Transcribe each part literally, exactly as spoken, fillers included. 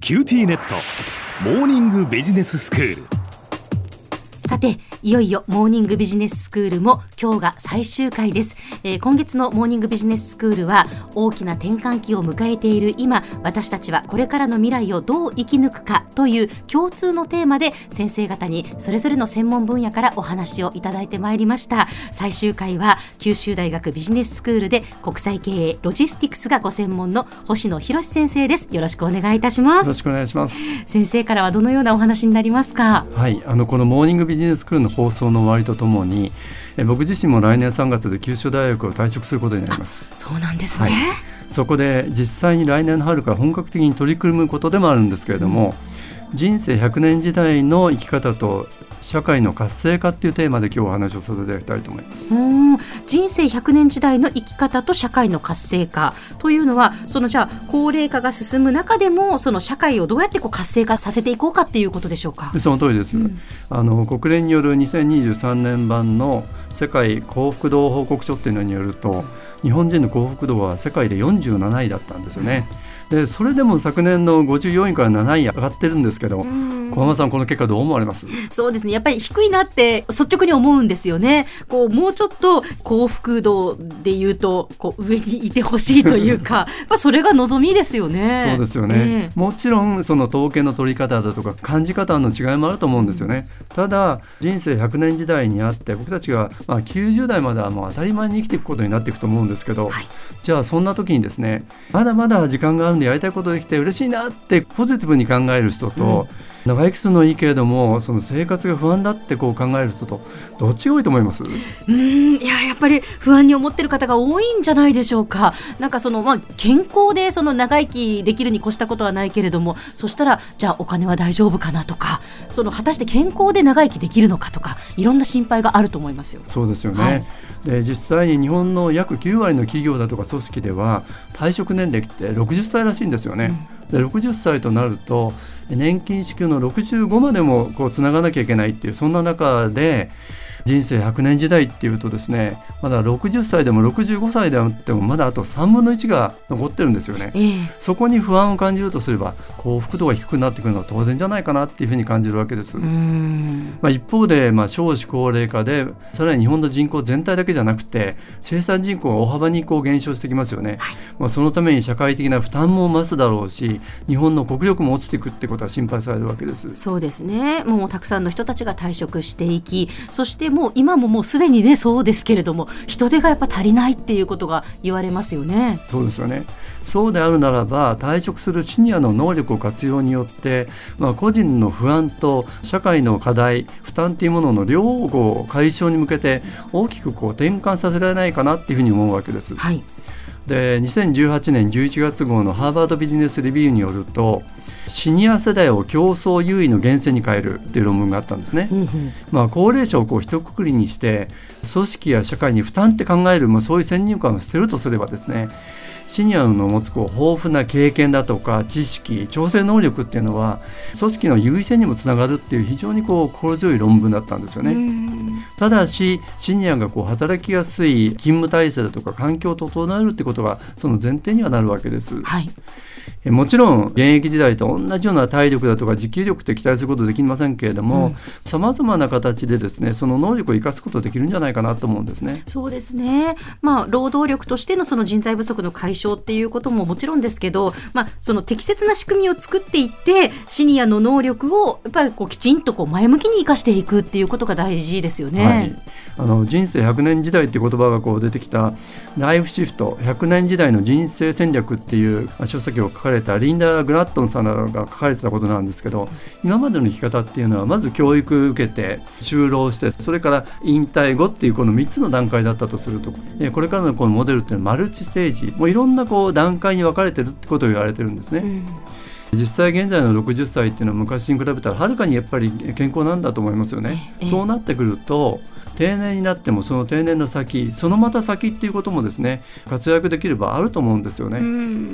キューティーネットモーニングビジネススクール。 さて、いよいよモーニングビジネススクールも今日が最終回です。えー、今月のモーニングビジネススクールは大きな転換期を迎えている今、私たちはこれからの未来をどう生き抜くかという共通のテーマで先生方にそれぞれの専門分野からお話をいただいてまいりました。最終回は九州大学ビジネススクールで国際経営ロジスティクスがご専門の星野博先生です。よろしくお願いいたします。 よろしくお願いします。 先生からはどのようなお話になりますか？ はい、あのこのモーニングビジネススクールの放送の終わりとともに、え僕自身も来年さんがつで九州大学を退職することになります。 そうなんですね。 はい、そこで実際に来年の春から本格的に取り組むことでもあるんですけれども、うん、人生ひゃくねん時代の生き方と社会の活性化っていうテーマで今日お話をさせていただきたいと思います。 うーん、人生ひゃくねん時代の生き方と社会の活性化というのは、そのじゃあ高齢化が進む中でもその社会をどうやってこう活性化させていこうかっていうことでしょうか？ その通りです。うん、あの国連によるにせんにじゅうさんねん版の世界幸福度報告書っていうのによると、日本人の幸福度は世界でよんじゅうなないだったんですよね。でそれでも昨年のごじゅうよんいからなない上がってるんですけど、小浜さん、この結果どう思われます？ そうですね、やっぱり低いなって率直に思うんですよね。こうもうちょっと幸福度でいうとこう上にいてほしいというかまあそれが望みですよね。 そうですよね、えー、もちろんその統計の取り方だとか感じ方の違いもあると思うんですよね。ただ人生ひゃくねん時代にあって僕たちがまあきゅうじゅう代まではもう当たり前に生きていくことになっていくと思うんですけど、はい、じゃあそんな時にですね、まだまだ時間があるんでやりたいことできて嬉しいなってポジティブに考える人と、うん、長生きするのいいけれどもその生活が不安だってこう考える人とどっちが多いと思います？うーん、いや、やっぱり不安に思ってる方が多いんじゃないでしょうか。なんかその、まあ、健康でその長生きできるに越したことはないけれども、そしたらじゃあお金は大丈夫かなとか、その果たして健康で長生きできるのかとか、いろんな心配があると思いますよ。 そうですよね、 はい、 で実際に日本の約きゅうわりの企業だとか組織では退職年齢ってろくじゅっさいらしいんですよね。うん、でろくじゅっさいとなると年金支給のろくじゅうごまでもこうつながなきゃいけないっていう、そんな中で人生ひゃくねん時代っていうとですね、まだろくじゅっさいでもろくじゅうごさいであってもまだあとさんぶんのいちが残ってるんですよね。えー、そこに不安を感じるとすれば幸福度が低くなってくるのは当然じゃないかなっていうふうに感じるわけです。うーん、まあ、一方で、まあ、少子高齢化でさらに日本の人口全体だけじゃなくて生産人口が大幅にこう減少してきますよね。はい、まあ、そのために社会的な負担も増すだろうし、日本の国力も落ちていくってことは心配されるわけです。 そうですね、もうたくさんの人たちが退職していき、そしてもう今ももうすでにねそうですけれども、人手がやっぱ足りないっていうことが言われますよね。 そうですよね。そうであるならば退職するシニアの能力を活用によって、まあ、個人の不安と社会の課題負担というものの両方解消に向けて大きくこう転換させられないかなっていうふうに思うわけです。はい、でにせんじゅうはちねんじゅういちがつ号のハーバードビジネスレビューによると、シニア世代を競争優位の源泉に変えるという論文があったんですね。うんうん、まあ、高齢者をこう一括りにして組織や社会に負担って考える、まあ、そういう先入観を捨てるとすればですね、シニアの持つこう豊富な経験だとか知識調整能力っていうのは組織の優位性にもつながるっていう非常にこう心強い論文だったんですよね。ただしシニアがこう働きやすい勤務体制だとか環境を整えるってことがその前提にはなるわけです。はい、もちろん現役時代と同じような体力だとか持久力って期待することできませんけれども、さまざまな形でですねその能力を生かすことができるんじゃないかなと思うんですね。 そうですね、まあ、労働力としてのその人材不足の解消っていうことももちろんですけど、まあ、その適切な仕組みを作っていってシニアの能力をやっぱりこうきちんとこう前向きに生かしていくっていうことが大事ですよね。はい、 あの人生ひゃくねん時代っていう言葉がこう出てきたライフシフトひゃくねん時代の人生戦略っていう書籍を書かれたリンダ・グラットンさんが書かれてたことなんですけど、今までの生き方っていうのはまず教育受けて就労してそれから引退後っていうこのみっつの段階だったとすると、これからのこのモデルっていうのはマルチステージもういろんなこう段階に分かれてるってことを言われてるんですね。うん、実際現在のろくじゅっさいっていうのは昔に比べたらはるかにやっぱり健康なんだと思いますよね。ええ、そうなってくると定年になってもその定年の先そのまた先っていうこともですね活躍できる場あると思うんですよね。うん、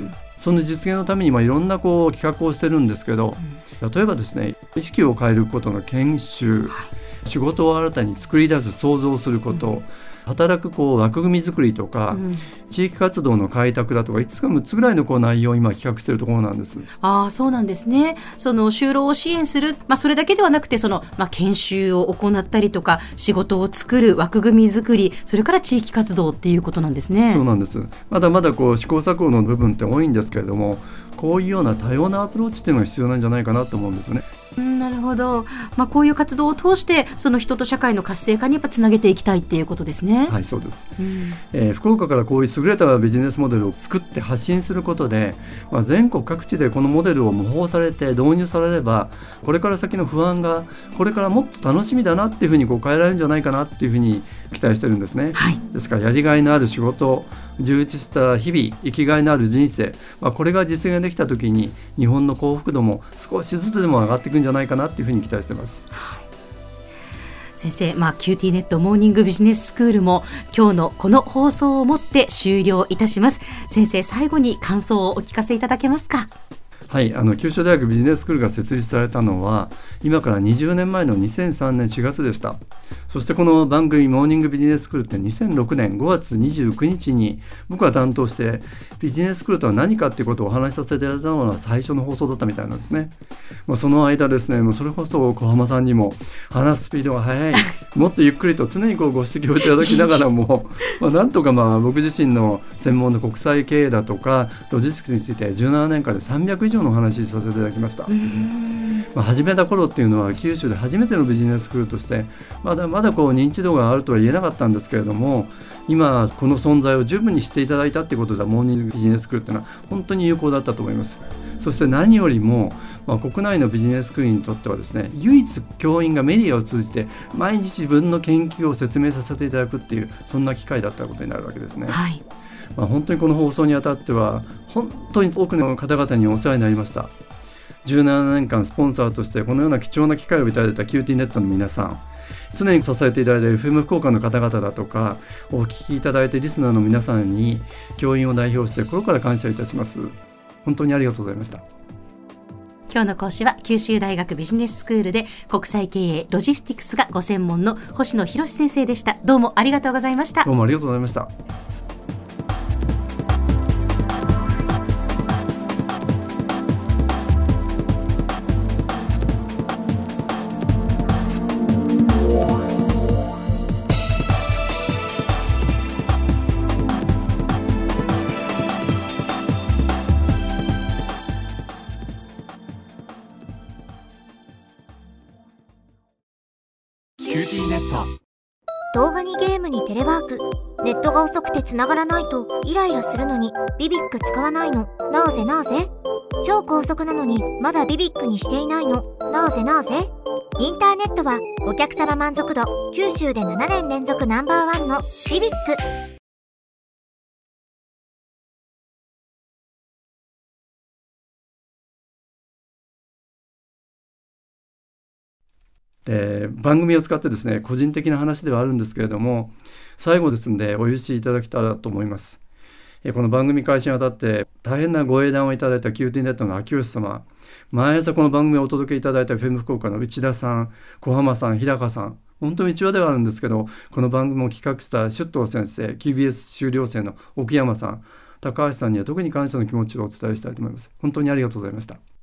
その実現のためにまあいろんなこう企画をしてるんですけど、例えばですね意識を変えることの研修、はい、仕事を新たに作り出す創造すること、 働くこう枠組み作りとか、うん、地域活動の開拓だとかいつつかむっつぐらいのこう内容を今企画しているところなんです。 ああ、そうなんですね。その就労を支援する、まあ、それだけではなくてその、まあ、研修を行ったりとか仕事を作る枠組み作り、それから地域活動っていうことなんですね。 そうなんです。まだまだこう試行錯誤の部分って多いんですけれども、こういうような多様なアプローチっていうのが必要なんじゃないかなと思うんですよね。 うん、なるほど、まあ、こういう活動を通してその人と社会の活性化にやっぱつなげていきたいっていうことですね。 はい、そうです、うんえー、福岡からこういう優れたビジネスモデルを作って発信することで、まあ、全国各地でこのモデルを模倣されて導入されれば、これから先の不安がこれからもっと楽しみだなっていうふうにこう変えられるんじゃないかなっていうふうに期待してるんですね、はい、ですからやりがいのある仕事、充実した日々、生きがいのある人生、まあ、これが実現できた時に日本の幸福度も少しずつでも上がっていくんじゃないかなっていうふうに期待しています。はい、 先生、まあ、キューティーネットモーニングビジネススクールも今日のこの放送をもって終了いたします。先生、最後に感想をお聞かせいただけますか。 はい、あの九州大学ビジネススクールが設立されたのは今からにじゅうねんまえのにせんさんねんしがつでした。そしてこの番組モーニングビジネススクールってにせんろくねんごがつにじゅうくにちに僕が担当してビジネススクールとは何かっていうことをお話しさせていただいたのが最初の放送だったみたいなんですね。もうその間ですね、もうそれこそ小浜さんにも話すスピードが速い、もっとゆっくりと常にこうご指摘をいただきながらもまあなんとかまあ僕自身の専門の国際経営だとかロジスティックスについてじゅうななねんかんでさんびゃくいじょうのお話させていただきました。まあ、始めた頃っていうのは九州で初めてのビジネススクールとしてまだまだこう認知度があるとは言えなかったんですけれども、今この存在を十分に知っていただいたってことでモーニングビジネススクールっていうのは本当に有効だったと思います。そして何よりも、まあ、国内のビジネススクールにとってはですね、唯一教員がメディアを通じて毎日自分の研究を説明させていただくっていうそんな機会だったことになるわけですね。はい、まあ、本当にこの放送にあたっては本当に多くの方々にお世話になりました。じゅうななねんかんスポンサーとしてこのような貴重な機会をいただいた キューティーネット の皆さん、常に支えていただいた エフエム 福岡の方々だとかお聞きいただいてリスナーの皆さんに教員を代表して心から感謝いたします。本当にありがとうございました。 今日の講師は九州大学ビジネススクールで国際経営ロジスティクスがご専門の星野博先生でした。どうもありがとうございました。 どうもありがとうございました。 動画にゲームにテレワーク、ネットが遅くて繋がらないとイライラするのにビビック使わないの、なぜなぜ？超高速なのにまだビビックにしていないの、なぜなぜ？インターネットはお客様満足度九州でななねん連続ナンバーワンのビビック。 えー、番組を使ってですね、個人的な話ではあるんですけれども、最後ですのでお許しいただけたらと思います。えー、この番組開始にあたって大変なご英断をいただいた キューティーネット の秋吉様、毎朝この番組をお届けいただいた エフエム 福岡の内田さん、小浜さん、日高さん、本当に一話ではあるんですけど、この番組を企画した出頭先生、 キュービーエス 修了生の奥山さん、高橋さんには特に感謝の気持ちをお伝えしたいと思います。本当にありがとうございました。